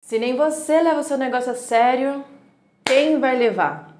Se nem você leva o seu negócio a sério, quem vai levar?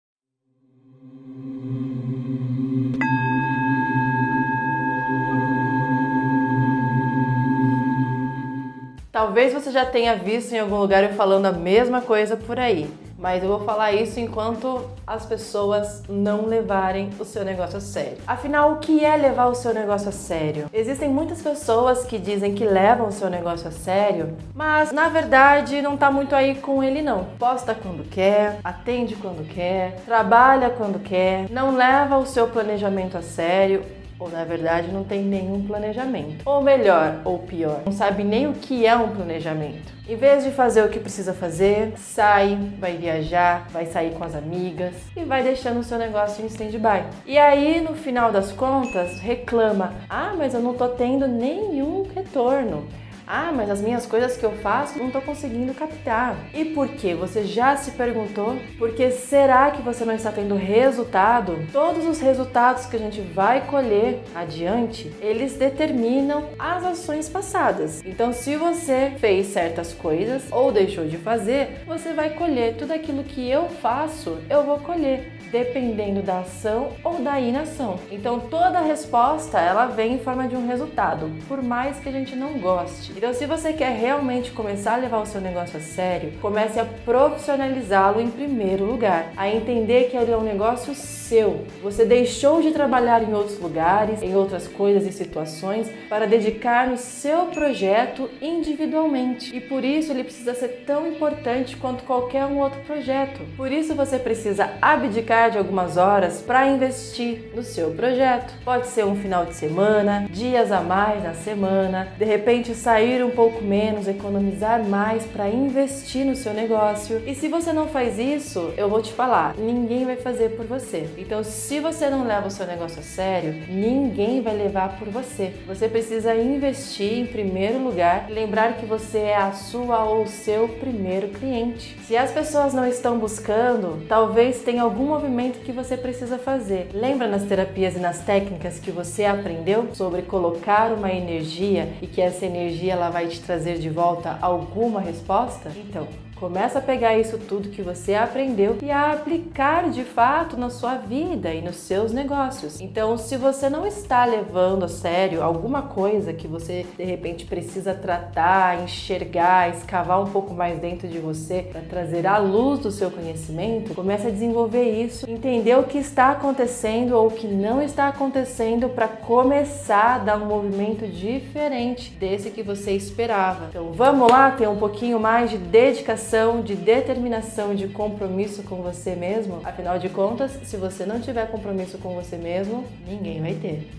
Talvez você já tenha visto em algum lugar eu falando a mesma coisa por aí, mas eu vou falar isso enquanto as pessoas não levarem o seu negócio a sério. Afinal, o que é levar o seu negócio a sério? Existem muitas pessoas que dizem que levam o seu negócio a sério, mas na verdade não tá muito aí com ele não. Posta quando quer, atende quando quer, trabalha quando quer, não leva o seu planejamento a sério, ou na verdade não tem nenhum planejamento. Ou melhor, ou pior, não sabe nem o que é um planejamento. Em vez de fazer o que precisa fazer, sai, vai viajar, vai sair com as amigas e vai deixando o seu negócio em stand-by. E aí, no final das contas, reclama: ah, mas eu não tô tendo nenhum retorno. Ah, mas as minhas coisas que eu faço não estou conseguindo captar. E por quê? Você já se perguntou? Porque será que você não está tendo resultado? Todos os resultados que a gente vai colher adiante, eles determinam as ações passadas. Então, se você fez certas coisas ou deixou de fazer, você vai colher tudo aquilo que eu faço, eu vou colher, dependendo da ação ou da inação. Então, toda resposta, ela vem em forma de um resultado, por mais que a gente não goste. Então, se você quer realmente começar a levar o seu negócio a sério, comece a profissionalizá-lo em primeiro lugar, a entender que ele é um negócio seu. Você deixou de trabalhar em outros lugares, em outras coisas e situações, para dedicar no seu projeto individualmente. E por isso ele precisa ser tão importante quanto qualquer um outro projeto. Por isso você precisa abdicar de algumas horas para investir no seu projeto. Pode ser um final de semana, dias a mais na semana, de repente sair um pouco menos, economizar mais para investir no seu negócio. E se você não faz isso, eu vou te falar, ninguém vai fazer por você. Então, se você não leva o seu negócio a sério, ninguém vai levar por você. Você precisa investir em primeiro lugar e lembrar que você é a sua ou o seu primeiro cliente. Se as pessoas não estão buscando, talvez tenha algum movimento que você precisa fazer. Lembra nas terapias e nas técnicas que você aprendeu sobre colocar uma energia e que essa energia ela vai te trazer de volta alguma resposta? Então, começa a pegar isso tudo que você aprendeu e a aplicar de fato na sua vida e nos seus negócios. Então, se você não está levando a sério alguma coisa que você de repente precisa tratar, enxergar, escavar um pouco mais dentro de você para trazer à luz do seu conhecimento, comece a desenvolver isso, entender o que está acontecendo ou o que não está acontecendo para começar a dar um movimento diferente desse que você esperava. Então, vamos lá ter um pouquinho mais de dedicação, de determinação, de compromisso com você mesmo. Afinal de contas, se você não tiver compromisso com você mesmo, ninguém vai ter.